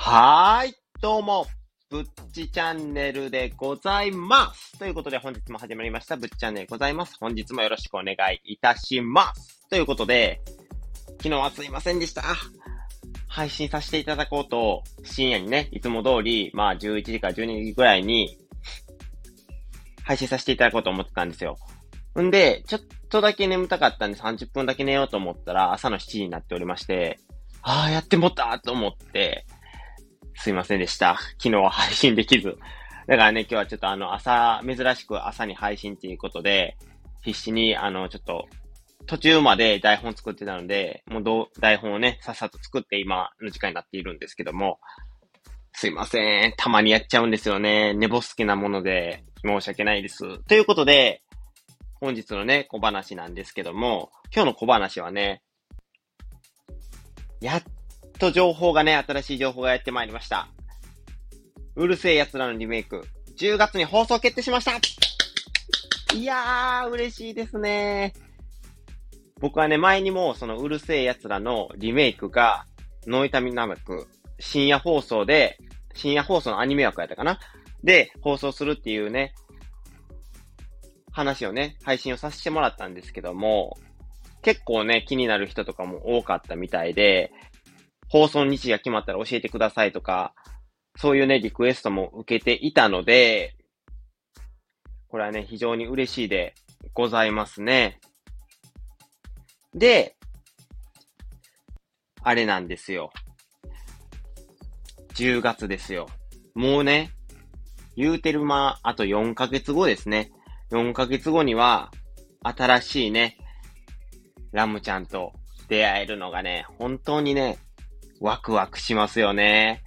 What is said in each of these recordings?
はーい、どうも、ぶっちチャンネルでございます。ということで本日も始まりました、ぶっちチャンネルでございます。本日もよろしくお願いいたします。ということで、昨日はすいませんでした。配信させていただこうと、深夜にね、いつも通り、11時から12時ぐらいに、配信させていただこうと思ってたんですよ。んで、ちょっとだけ眠たかったんで30分だけ寝ようと思ったら、朝の7時になっておりまして、やってもったと思って、すいませんでした。昨日は配信できず。だからね、今日はちょっと珍しく朝に配信っていうことで、必死にちょっと、途中まで台本作ってたので、もう台本をね、さっさと作って今の時間になっているんですけども、すいません。たまにやっちゃうんですよね。寝坊好きなもので、申し訳ないです。ということで、本日のね、小話なんですけども、今日の小話はね、やっと新しい情報がやってまいりました。うるせえ奴らのリメイク、10月に放送決定しました。いやー、嬉しいですね。僕はね、前にもそのうるせえ奴らのリメイクが、ノイタミナムク、深夜放送のアニメ枠やったかなで、放送するっていうね、話をね、配信をさせてもらったんですけども、結構ね、気になる人とかも多かったみたいで、放送日時が決まったら教えてくださいとか、そういうね、リクエストも受けていたので、これはね、非常に嬉しいでございますね。で、あれなんですよ。10月ですよ。もうね、言うてるあと4ヶ月後ですね。4ヶ月後には、新しいね、ラムちゃんと出会えるのがね、本当にね、ワクワクしますよね。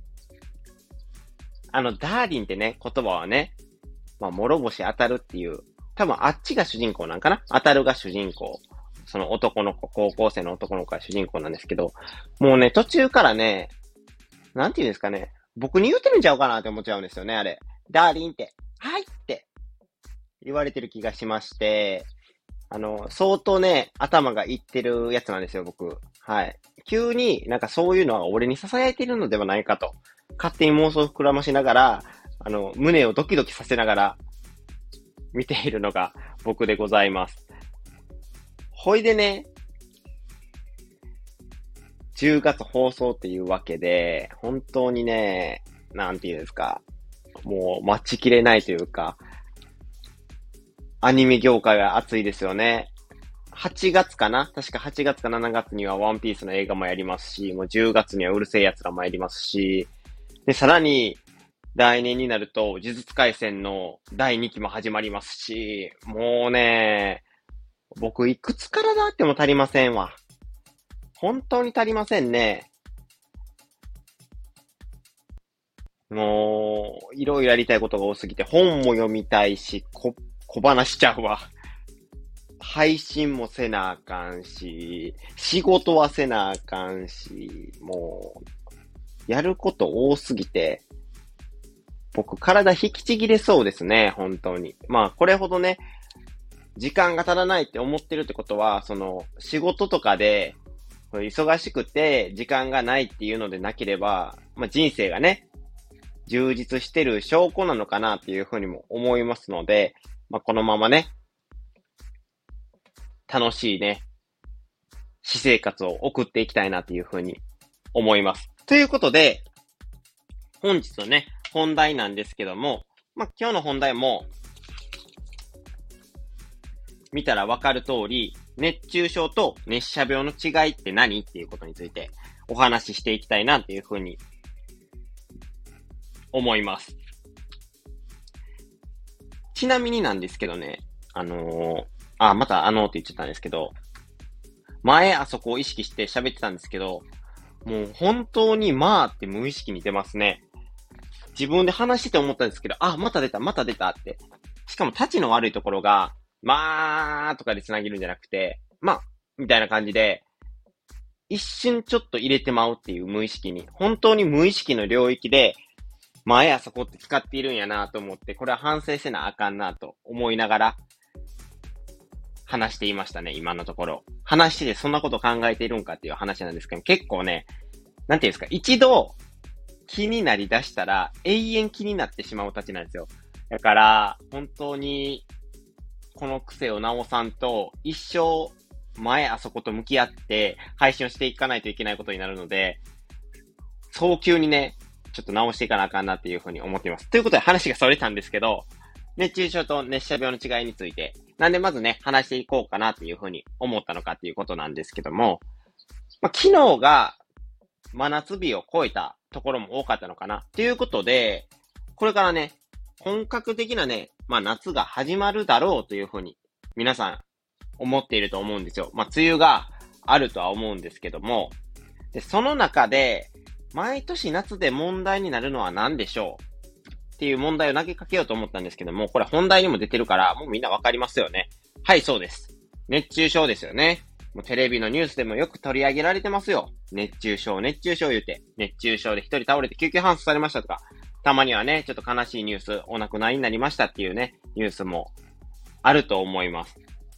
ダーリンってね、言葉はね、諸星当たるっていう、多分あっちが主人公なんかな？当たるが主人公。その男の子、高校生の男の子が主人公なんですけど、もうね、途中からね、なんて言うんですかね、僕に言うてるんちゃうかなって思っちゃうんですよね、あれ。ダーリンって、はいって言われてる気がしまして、相当ね、頭がいってるやつなんですよ、僕。はい。急になんかそういうのは俺に囁いているのではないかと。勝手に妄想を膨らましながら、胸をドキドキさせながら見ているのが僕でございます。ほいでね、10月放送っていうわけで、本当にね、なんていうんですか、もう待ちきれないというか、アニメ業界が熱いですよね。8月かな確か8月か7月にはワンピースの映画もやりますし、もう10月にはうるせえ奴らもやりますし、で、さらに、来年になると、呪術廻戦の第2期も始まりますし、もうね、僕いくつからだっても足りませんわ。本当に足りませんね。もう、いろいろやりたいことが多すぎて、本も読みたいし、小話しちゃうわ。配信もせなあかんし、仕事はせなあかんし、もう、やること多すぎて、僕体引きちぎれそうですね、本当に。これほどね、時間が足らないって思ってるってことは、仕事とかで、忙しくて時間がないっていうのでなければ、人生がね、充実してる証拠なのかなっていうふうにも思いますので、このままね、楽しいね、私生活を送っていきたいなっていうふうに思います。ということで、本日のね、本題なんですけども、今日の本題も、見たらわかる通り、熱中症と熱射病の違いって何っていうことについてお話ししていきたいなっていうふうに思います。ちなみになんですけどね、またって言っちゃったんですけど、前あそこを意識して喋ってたんですけど、もう本当にって無意識に出ますね。自分で話してて思ったんですけど、また出たって。しかも立ちの悪いところが、とかで繋げるんじゃなくて、みたいな感じで、一瞬ちょっと入れてまうっていう無意識に、本当に無意識の領域で、前あそこって使っているんやなと思って、これは反省せなあかんなと思いながら、話していましたね、今のところ。話しててそんなこと考えているんかっていう話なんですけど、結構ね、なんていうんですか、一度、 気になりだしたら永遠気になってしまうたちなんですよ。だから、本当に、この癖を直さんと、一生前あそこと向き合って配信をしていかないといけないことになるので、早急にね、ちょっと直していかなあかんなっていうふうに思っています。ということで話がそれたんですけど、熱中症と熱射病の違いについて、なんでまずね、話していこうかなっていうふうに思ったのかっていうことなんですけども、昨日が真夏日を超えたところも多かったのかなっていうことで、これからね、本格的なね、夏が始まるだろうというふうに皆さん思っていると思うんですよ。梅雨があるとは思うんですけども、で、その中で、毎年夏で問題になるのは何でしょうっていう問題を投げかけようと思ったんですけども、これ本題にも出てるから、もうみんなわかりますよね。はい、そうです。熱中症ですよね。もうテレビのニュースでもよく取り上げられてますよ。熱中症言うて。熱中症で一人倒れて救急搬送されましたとか。たまにはね、ちょっと悲しいニュース、お亡くなりになりましたっていうね、ニュースもあると思います。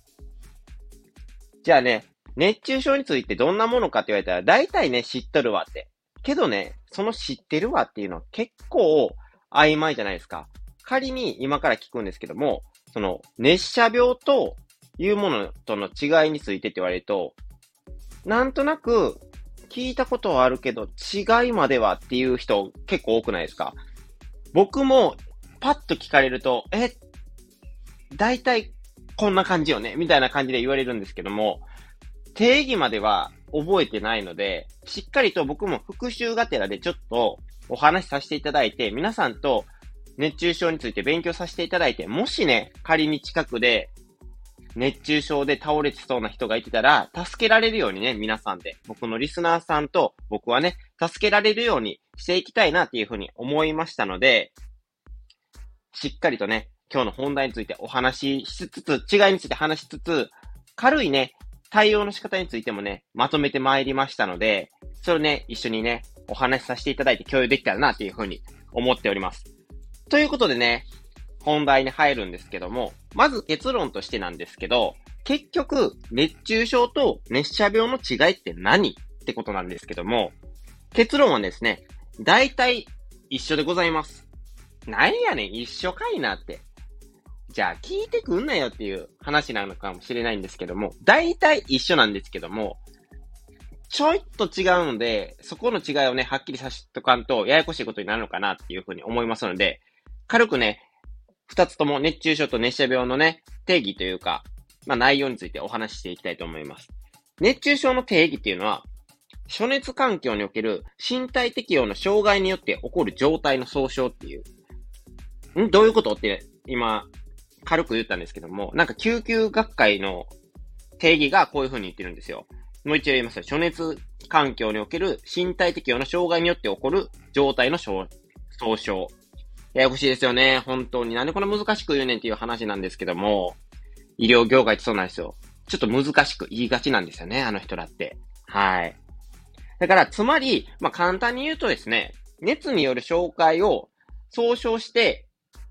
じゃあね、熱中症についてどんなものかって言われたら、大体ね、知っとるわって。けどね、その知ってるわっていうのは結構曖昧じゃないですか。仮に今から聞くんですけども、その熱射病というものとの違いについてって言われると、なんとなく聞いたことはあるけど違いまではっていう人結構多くないですか？僕もパッと聞かれると、大体こんな感じよねみたいな感じで言われるんですけども、定義までは覚えてないので、しっかりと僕も復習がてらでちょっとお話しさせていただいて、皆さんと熱中症について勉強させていただいて、もしね、仮に近くで熱中症で倒れてそうな人がいてたら、助けられるようにね、皆さんで、僕のリスナーさんと僕はね、助けられるようにしていきたいなっていうふうに思いましたので、しっかりとね、今日の本題についてお話ししつつ、違いについて話しつつ、軽いね、対応の仕方についてもね、まとめてまいりましたので、それをね、一緒にね、お話しさせていただいて共有できたらなっていうふうに思っております。ということでね、本題に入るんですけども、まず結論としてなんですけど、結局、熱中症と熱射病の違いって何ってことなんですけども、結論はですね、大体一緒でございます。なんやねん、一緒かいなって。じゃあ聞いてくんなよっていう話なのかもしれないんですけども、大体一緒なんですけども、ちょいっと違うので、そこの違いをね、はっきりさせとかんと、ややこしいことになるのかなっていうふうに思いますので、軽くね、二つとも熱中症と熱射病のね、定義というか、内容についてお話ししていきたいと思います。熱中症の定義っていうのは、暑熱環境における身体適応の障害によって起こる状態の総称っていう。どういうことって今、軽く言ったんですけども、なんか救急学会の定義がこういう風に言ってるんですよ。もう一度言いますよ。暑熱環境における身体適応の障害によって起こる状態の総称。ややこしいですよね。本当に。なんでこれ難しく言うねんっていう話なんですけども、医療業界ってそうなんですよ。ちょっと難しく言いがちなんですよね。あの人らって。はい。だから、つまり、簡単に言うとですね、熱による障害を総称して、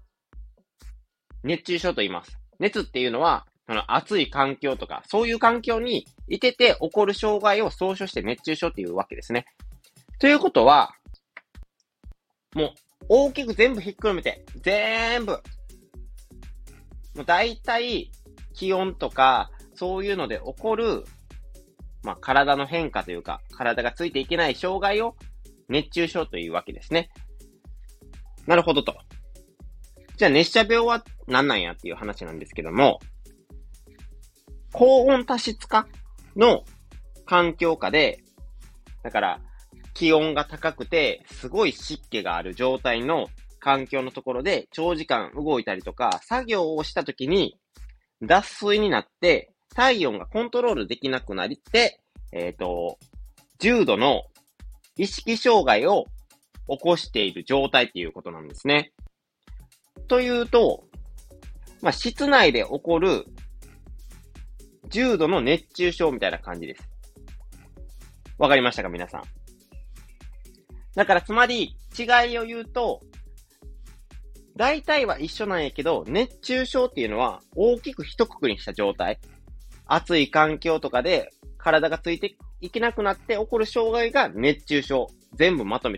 熱中症と言います。熱っていうのは、暑い環境とか、そういう環境にいてて起こる障害を総称して熱中症っていうわけですね。ということは、もう、大きく全部ひっくるめて、全部、もう大体、気温とか、そういうので起こる、体の変化というか、体がついていけない障害を熱中症というわけですね。なるほどと。じゃあ熱射病は何なんやっていう話なんですけども、高温多湿化の環境下で、だから気温が高くてすごい湿気がある状態の環境のところで長時間動いたりとか作業をしたときに脱水になって体温がコントロールできなくなりって、重度の意識障害を起こしている状態っていうことなんですね。というと、室内で起こる重度の熱中症みたいな感じです。わかりましたか皆さん。だからつまり違いを言うと、大体は一緒なんやけど、熱中症っていうのは大きく一括りにした状態。暑い環境とかで体がついていけなくなって起こる障害が熱中症。全部まとめて。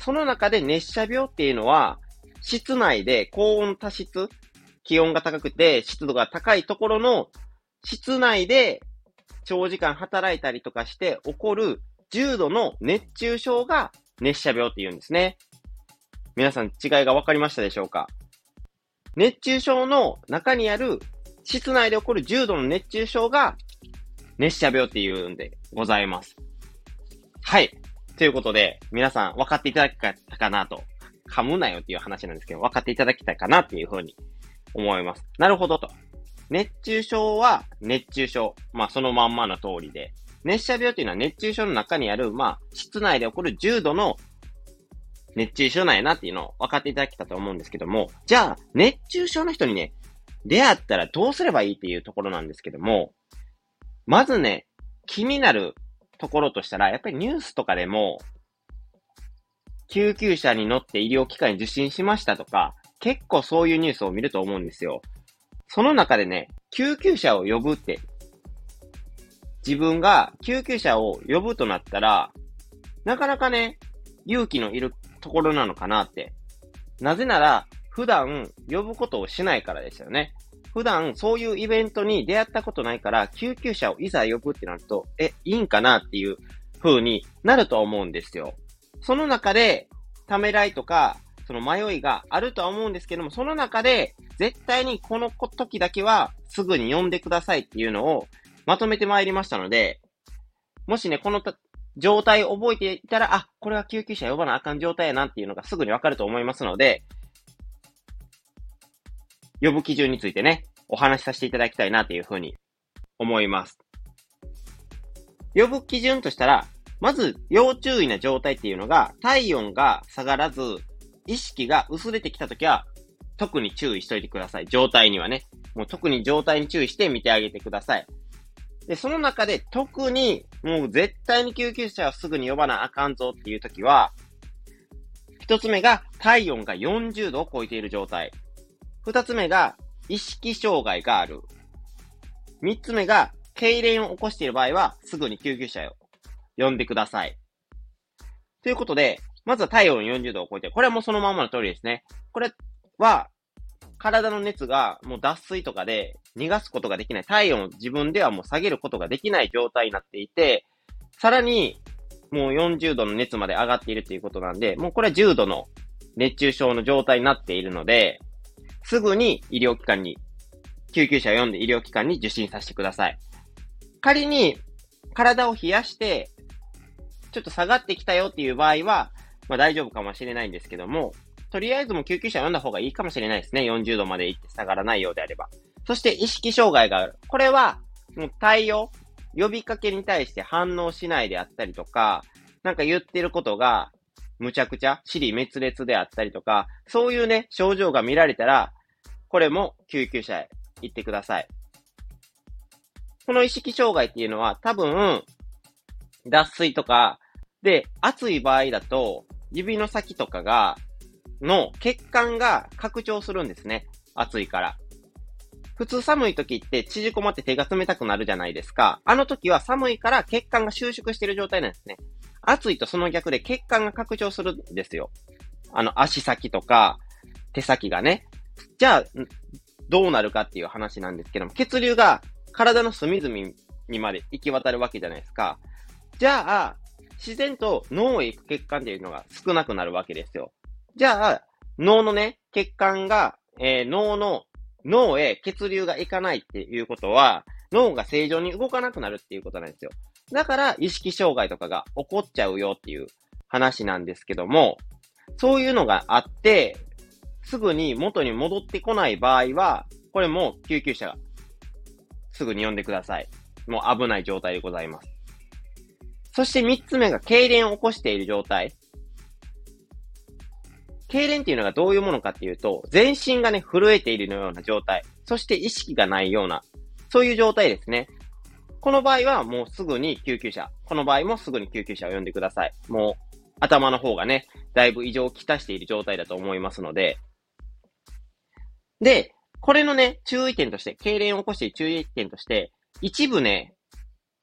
その中で熱射病っていうのは、室内で高温多湿、気温が高くて湿度が高いところの室内で長時間働いたりとかして起こる重度の熱中症が熱射病って言うんですね。皆さん違いが分かりましたでしょうか？熱中症の中にある室内で起こる重度の熱中症が熱射病っていうんでございます。はい。ということで、皆さん分かっていただけたかなと。噛むなよっていう話なんですけど、分かっていただきたいかなっていうふうに思います。なるほどと。熱中症は熱中症。まあそのまんまの通りで。熱射病っていうのは熱中症の中にある、室内で起こる重度の熱中症なんやなっていうのを分かっていただけたと思うんですけども、じゃあ、熱中症の人にね、出会ったらどうすればいいっていうところなんですけども、まずね、気になるところとしたら、やっぱりニュースとかでも、救急車に乗って医療機関に受診しましたとか、結構そういうニュースを見ると思うんですよ。その中でね、救急車を呼ぶって、自分が救急車を呼ぶとなったら、なかなかね、勇気のいるところなのかなって。なぜなら、普段呼ぶことをしないからですよね。普段そういうイベントに出会ったことないから、救急車をいざ呼ぶってなると、いいんかなっていう風になると思うんですよ。その中で、ためらいとか、その迷いがあるとは思うんですけども、その中で、絶対にこの時だけはすぐに呼んでくださいっていうのをまとめてまいりましたので、もしね、この状態を覚えていたら、これは救急車呼ばなあかん状態やなっていうのがすぐにわかると思いますので、呼ぶ基準についてね、お話しさせていただきたいなというふうに思います。呼ぶ基準としたら、まず要注意な状態っていうのが、体温が下がらず、意識が薄れてきたときは、特に注意しといてください。状態にはね。もう特に状態に注意して見てあげてください。で、その中で特にもう絶対に救急車をすぐに呼ばなあかんぞっていう時は、一つ目が体温が40度を超えている状態。二つ目が意識障害がある。三つ目が痙攣を起こしている場合はすぐに救急車を呼んでください。ということで、まずは体温40度を超えている。これはもうそのままの通りですね。これは体の熱がもう脱水とかで逃がすことができない。体温を自分ではもう下げることができない状態になっていて、さらにもう40度の熱まで上がっているということなんで、もうこれは重度の熱中症の状態になっているので、すぐに医療機関に、救急車を呼んで医療機関に受診させてください。仮に体を冷やして、ちょっと下がってきたよっていう場合は、大丈夫かもしれないんですけども、とりあえずも救急車を呼んだ方がいいかもしれないですね。40度まで行って下がらないようであれば。そして意識障害がある。これは、もう呼びかけに対して反応しないであったりとか、なんか言ってることが、むちゃくちゃ、尻滅裂であったりとか、そういうね、症状が見られたら、これも救急車へ行ってください。この意識障害っていうのは、多分、脱水とか、で、暑い場合だと、指の先とかの血管が拡張するんですね。暑いから。普通寒い時って縮こまって手が冷たくなるじゃないですか。あの時は寒いから血管が収縮している状態なんですね。暑いとその逆で血管が拡張するんですよ。足先とか手先がね。じゃあ、どうなるかっていう話なんですけども、血流が体の隅々にまで行き渡るわけじゃないですか。じゃあ、自然と脳へ行く血管っていうのが少なくなるわけですよ。じゃあ、脳のね、血管が、脳へ血流がいかないっていうことは、脳が正常に動かなくなるっていうことなんですよ。だから、意識障害とかが起こっちゃうよっていう話なんですけども、そういうのがあって、すぐに元に戻ってこない場合は、これも救急車がすぐに呼んでください。もう危ない状態でございます。そして3つ目が痙攣を起こしている状態。痙攣っていうのがどういうものかっていうと、全身がね、震えているような状態。そして意識がないような、そういう状態ですね。この場合はもうすぐに救急車。この場合もすぐに救急車を呼んでください。もう頭の方がね、だいぶ異常をきたしている状態だと思いますので。で、これのね、注意点として、痙攣を起こしている注意点として、一部ね、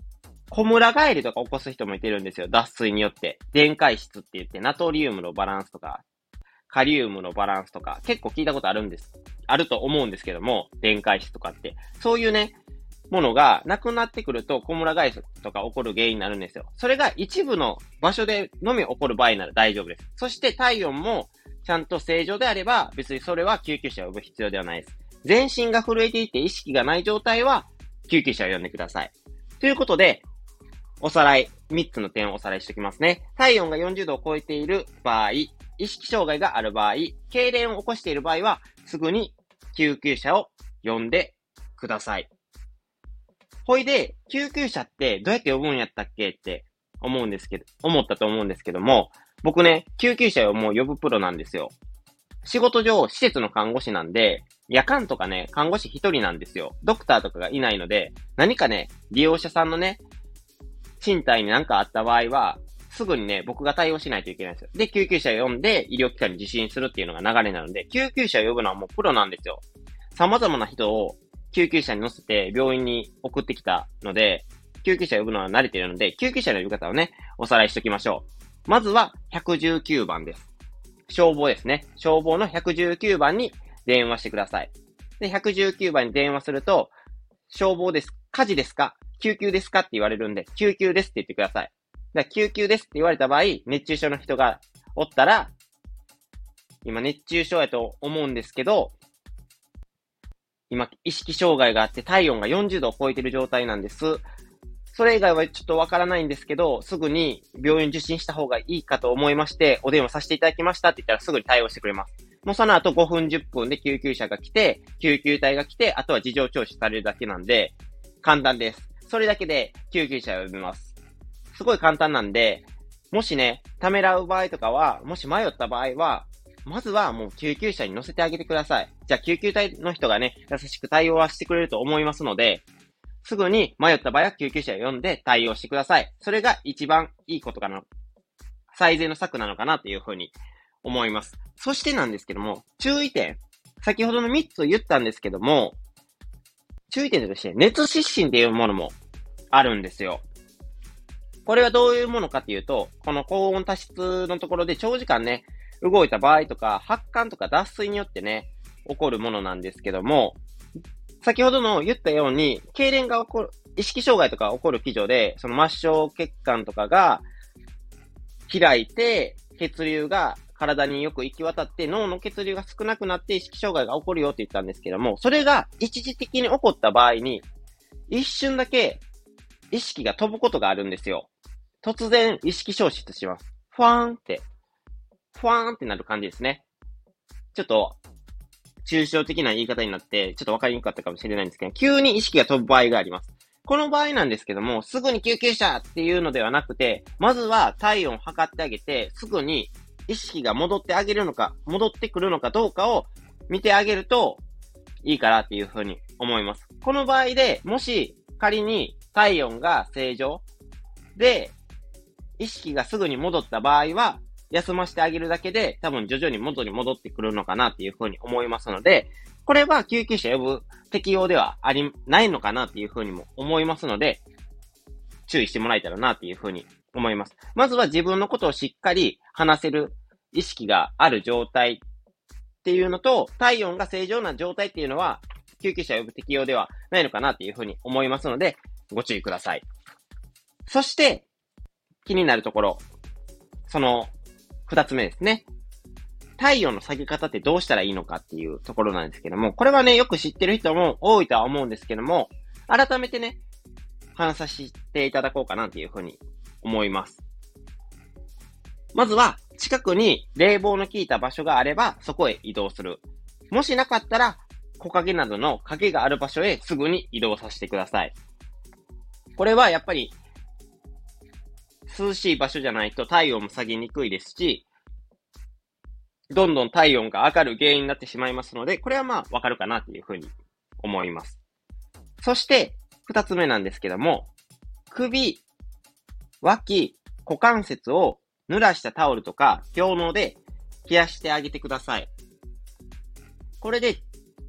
こむら返りとか起こす人もいてるんですよ。脱水によって。電解質って言って、ナトリウムのバランスとか、カリウムのバランスとか、結構聞いたことあると思うんですけども、電解質とかって。そういうね、ものがなくなってくると、こむら返しとか起こる原因になるんですよ。それが一部の場所でのみ起こる場合なら大丈夫です。そして体温もちゃんと正常であれば、別にそれは救急車を呼ぶ必要ではないです。全身が震えていて意識がない状態は、救急車を呼んでください。ということで、3つの点をおさらいしておきますね。体温が40度を超えている場合、意識障害がある場合、痙攣を起こしている場合は、すぐに救急車を呼んでください。ほいで、救急車ってどうやって呼ぶんやったっけって思ったと思うんですけども、僕ね、救急車をもう呼ぶプロなんですよ。仕事上、施設の看護師なんで、夜間とかね、看護師一人なんですよ。ドクターとかがいないので、何かね、利用者さんのね、身体に何かあった場合は、すぐにね、僕が対応しないといけないんですよ。で、救急車を呼んで、医療機関に受診するっていうのが流れなので、救急車を呼ぶのはもうプロなんですよ。様々な人を救急車に乗せて病院に送ってきたので、救急車を呼ぶのは慣れているので、救急車の呼び方をね、おさらいしておきましょう。まずは、119番です。消防ですね。消防の119番に電話してください。で、119番に電話すると、消防です。火事ですか？救急ですかって言われるんで、救急ですって言ってください。だから救急ですって言われた場合、熱中症の人がおったら、今熱中症やと思うんですけど、今意識障害があって体温が40度を超えている状態なんです。それ以外はちょっとわからないんですけど、すぐに病院受診した方がいいかと思いまして、お電話させていただきましたって言ったらすぐに対応してくれます。もうその後5分10分で救急車が来て、救急隊が来て、あとは事情聴取されるだけなんで、簡単です。それだけで救急車を呼びます。すごい簡単なんで、もしね、ためらう場合とかは、もし迷った場合は、まずはもう救急車に乗せてあげてください。じゃあ救急隊の人がね、優しく対応はしてくれると思いますので、すぐに迷った場合は救急車を呼んで対応してください。それが一番いいことかな。最善の策なのかなというふうに思います。そしてなんですけども、注意点。先ほどの3つ言ったんですけども、注意点として熱失神っていうものもあるんですよ。これはどういうものかっていうと、この高温多湿のところで長時間ね、動いた場合とか、発汗とか脱水によってね、起こるものなんですけども、先ほどの言ったように、痙攣が起こる、意識障害とか起こる機序で、その末梢血管とかが開いて、血流が体によく行き渡って、脳の血流が少なくなって意識障害が起こるよって言ったんですけども、それが一時的に起こった場合に、一瞬だけ意識が飛ぶことがあるんですよ。突然意識消失します。ふわーんってなる感じですね。ちょっと、抽象的な言い方になって、ちょっとわかりにくかったかもしれないんですけど、急に意識が飛ぶ場合があります。この場合なんですけども、すぐに救急車っていうのではなくて、まずは体温を測ってあげて、すぐに意識が戻ってくるのかどうかを見てあげるといいかなっていうふうに思います。この場合で、もし仮に体温が正常で、意識がすぐに戻った場合は、休ませてあげるだけで、多分徐々に元に戻ってくるのかなっていうふうに思いますので、これは救急車呼ぶ適用ではないのかなっていうふうにも思いますので、注意してもらえたらなっていうふうに思います。まずは自分のことをしっかり話せる意識がある状態っていうのと、体温が正常な状態っていうのは、救急車呼ぶ適用ではないのかなっていうふうに思いますので、ご注意ください。そして、気になるところ、その二つ目ですね。体温の下げ方ってどうしたらいいのかっていうところなんですけども、これはね、よく知ってる人も多いとは思うんですけども、改めてね、話させていただこうかなっていうふうに思います。まずは、近くに冷房の効いた場所があれば、そこへ移動する。もしなかったら、木陰などの影がある場所へすぐに移動させてください。これはやっぱり、涼しい場所じゃないと体温も下げにくいですし、どんどん体温が上がる原因になってしまいますので、これはまあわかるかなというふうに思います。そして、二つ目なんですけども、首、脇、股関節を濡らしたタオルとか氷嚢で冷やしてあげてください。これで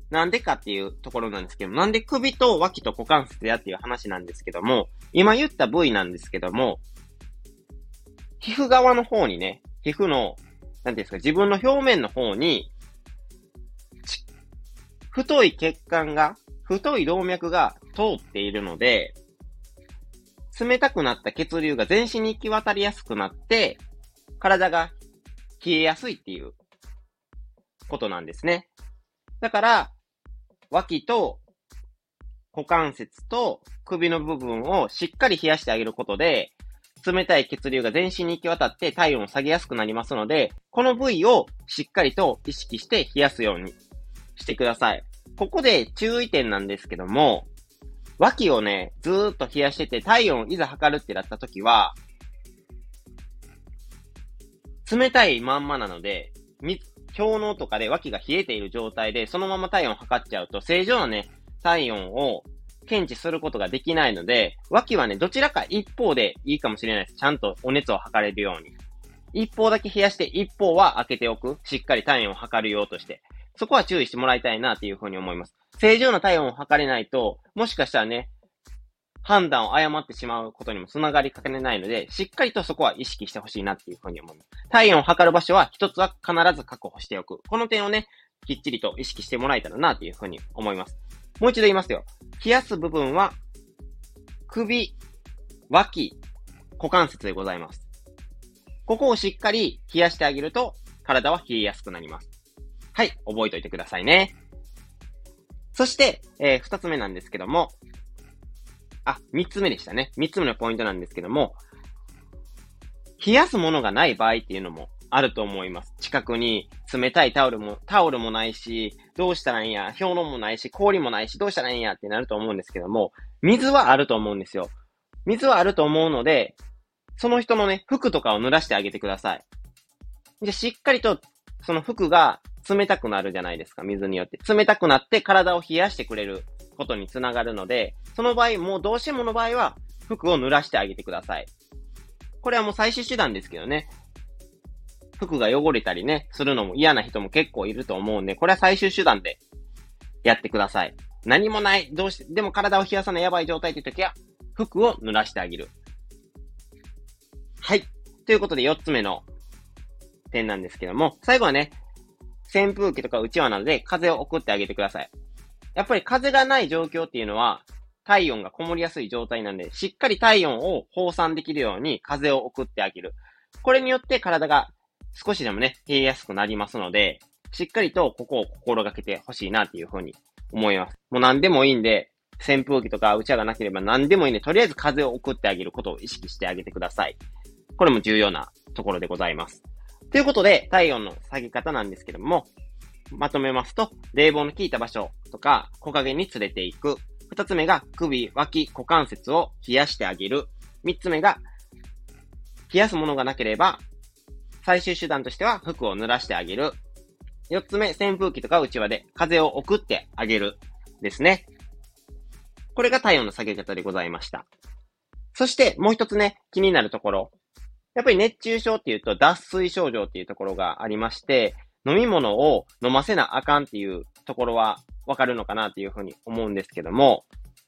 なんでかっていうところなんですけども、なんで首と脇と股関節やっていう話なんですけども、今言った部位なんですけども、皮膚側の方にね、皮膚の、なんていうんですか、自分の表面の方に、太い血管が、太い動脈が通っているので、冷たくなった血流が全身に行き渡りやすくなって、体が冷えやすいっていうことなんですね。だから、脇と股関節と首の部分をしっかり冷やしてあげることで、冷たい血流が全身に行き渡って体温を下げやすくなりますので、この部位をしっかりと意識して冷やすようにしてください。ここで注意点なんですけども、脇をね、ずーっと冷やしてて体温をいざ測るってなった時は、冷たいまんまなので、氷嚢とかで脇が冷えている状態でそのまま体温を測っちゃうと正常なね、体温を検知することができないので、脇はね、どちらか一方でいいかもしれないです。ちゃんとお熱を測れるように。一方だけ冷やして一方は開けておく。しっかり体温を測るようとして。そこは注意してもらいたいなというふうに思います。正常な体温を測れないと、もしかしたらね、判断を誤ってしまうことにもつながりかねないので、しっかりとそこは意識してほしいなっていうふうに思います。体温を測る場所は一つは必ず確保しておく。この点をね、きっちりと意識してもらえたらなというふうに思います。もう一度言いますよ。冷やす部分は、首、脇、股関節でございます。ここをしっかり冷やしてあげると、体は冷えやすくなります。はい、覚えておいてくださいね。そして、二つ目なんですけども、三つ目でしたね。三つ目のポイントなんですけども、冷やすものがない場合っていうのもあると思います。近くに冷たいタオルもないし、どうしたらいいんや、氷のもないし、氷もないし、どうしたらいいんやってなると思うんですけども、水はあると思うんですよ。水はあると思うので、その人のね、服とかを濡らしてあげてください。で、しっかりと、その服が冷たくなるじゃないですか、水によって。冷たくなって体を冷やしてくれることにつながるので、その場合、もうどうしてもの場合は、服を濡らしてあげてください。これはもう最終手段ですけどね。服が汚れたりね、するのも嫌な人も結構いると思うんで、これは最終手段でやってください。何もない、でも体を冷やさないやばい状態という時は、服を濡らしてあげる。はい。ということで4つ目の点なんですけども、最後はね、扇風機とかうちわなどで風を送ってあげてください。やっぱり風がない状況っていうのは、体温がこもりやすい状態なんで、しっかり体温を放散できるように風を送ってあげる。これによって体が少しでもね、冷えやすくなりますので、しっかりとここを心がけてほしいなっていうふうに思います。もう何でもいいんで、扇風機とかうちわがなければ何でもいいんで、とりあえず風を送ってあげることを意識してあげてください。これも重要なところでございます。ということで、体温の下げ方なんですけども、まとめますと、冷房の効いた場所とか、木陰に連れて行く。二つ目が、首、脇、股関節を冷やしてあげる。三つ目が、冷やすものがなければ、最終手段としては服を濡らしてあげる。四つ目、扇風機とかうちわで風を送ってあげる。ですね。これが体温の下げ方でございました。そして、もう一つね、気になるところ。やっぱり熱中症っていうと、脱水症状っていうところがありまして、飲み物を飲ませなあかんっていうところはわかるのかなっていうふうに思うんですけども、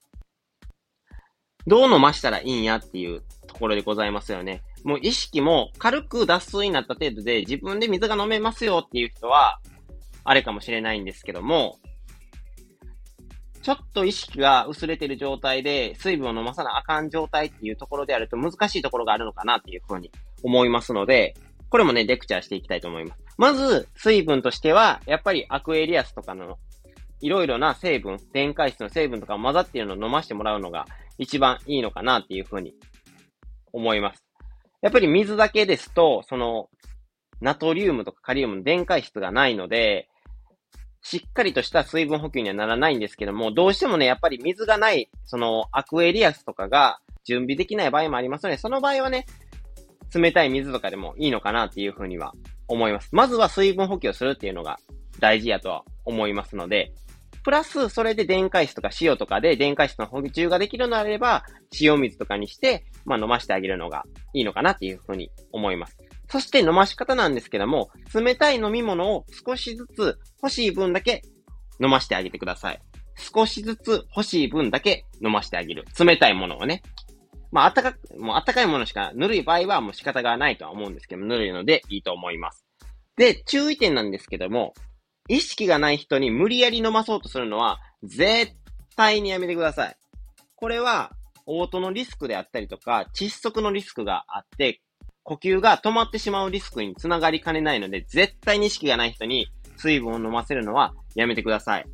どう飲ましたらいいんやっていうところでございますよね。もう意識も軽く脱水になった程度で自分で水が飲めますよっていう人は、あれかもしれないんですけども、ちょっと意識が薄れてる状態で水分を飲まさなあかん状態っていうところであると難しいところがあるのかなっていうふうに思いますので、これもね、レクチャーしていきたいと思います。まず、水分としては、やっぱりアクエリアスとかのいろいろな成分、電解質の成分とか混ざっているのを飲ませてもらうのが一番いいのかなっていうふうに思います。やっぱり水だけですと、ナトリウムとかカリウムの電解質がないので、しっかりとした水分補給にはならないんですけども、どうしてもね、やっぱり水がない、アクエリアスとかが準備できない場合もありますので、その場合はね、冷たい水とかでもいいのかなっていうふうには思います。まずは水分補給をするっていうのが大事やとは思いますので、プラスそれで電解質とか塩とかで電解質の補充ができるのであれば、塩水とかにして、飲ませてあげるのがいいのかなっていうふうに思います。そして飲まし方なんですけども、冷たい飲み物を少しずつ欲しい分だけ飲ましてあげてください。少しずつ欲しい分だけ飲ましてあげる。冷たいものをね。もうあったかいものしか、ぬるい場合はもう仕方がないとは思うんですけど、ぬるいのでいいと思います。で、注意点なんですけども、意識がない人に無理やり飲まそうとするのは、絶対にやめてください。これは、嘔吐のリスクであったりとか、窒息のリスクがあって、呼吸が止まってしまうリスクにつながりかねないので、絶対に意識がない人に水分を飲ませるのはやめてください。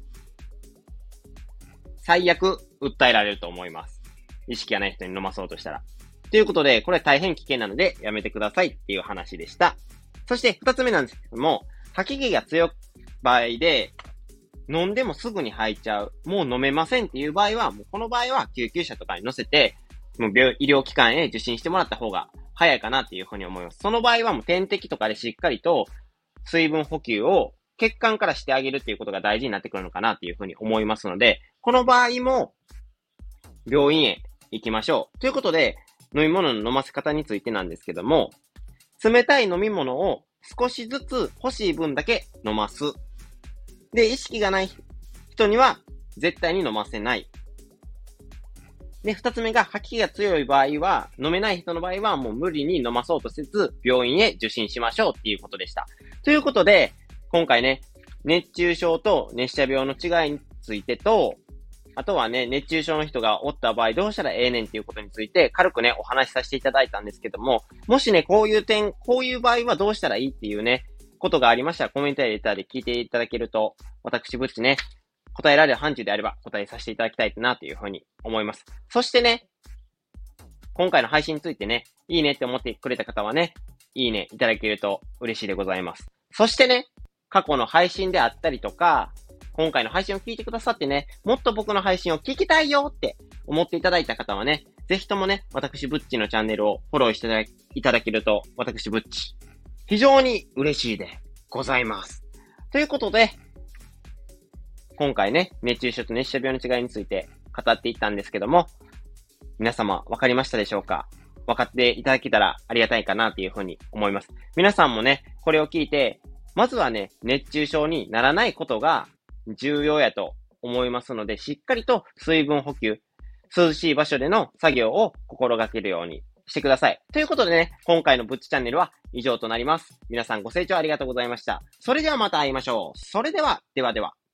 最悪、訴えられると思います。意識がない人に飲まそうとしたら。ということで、これは大変危険なので、やめてくださいっていう話でした。そして、二つ目なんですけども、吐き気が強い場合で、飲んでもすぐに吐いちゃう。もう飲めませんっていう場合は、もうこの場合は救急車とかに乗せて、もう医療機関へ受診してもらった方が早いかなっていうふうに思います。その場合はもう点滴とかでしっかりと水分補給を血管からしてあげるっていうことが大事になってくるのかなっていうふうに思いますので、この場合も病院へ行きましょう。ということで、飲み物の飲ませ方についてなんですけども、冷たい飲み物を少しずつ欲しい分だけ飲ます。で、意識がない人には絶対に飲ませない。で、二つ目が吐き気が強い場合は、飲めない人の場合はもう無理に飲まそうとせず、病院へ受診しましょうっていうことでした。ということで、今回ね、熱中症と熱射病の違いについてと、あとはね、熱中症の人がおった場合どうしたらええねんっていうことについて軽くね、お話しさせていただいたんですけども、もしね、こういう場合はどうしたらいいっていうね、ことがありましたらコメントやレターで聞いていただけると、私ぶっちね、答えられる範疇であれば答えさせていただきたいなというふうに思います。そしてね、今回の配信についてね、いいねって思ってくれた方はね、いいねいただけると嬉しいでございます。そしてね、過去の配信であったりとか、今回の配信を聞いてくださってね、もっと僕の配信を聞きたいよって思っていただいた方はね、ぜひともね、私ぶっちのチャンネルをフォローしていただけると、私ぶっち、非常に嬉しいでございます。ということで、今回ね、熱中症と熱射病の違いについて語っていったんですけども、皆様分かりましたでしょうか？分かっていただけたらありがたいかなというふうに思います。皆さんもね、これを聞いて、まずはね、熱中症にならないことが重要やと思いますので、しっかりと水分補給、涼しい場所での作業を心がけるようにしてください。ということでね、今回のぶっちチャンネルは以上となります。皆さんご清聴ありがとうございました。それではまた会いましょう。それでは、ではでは。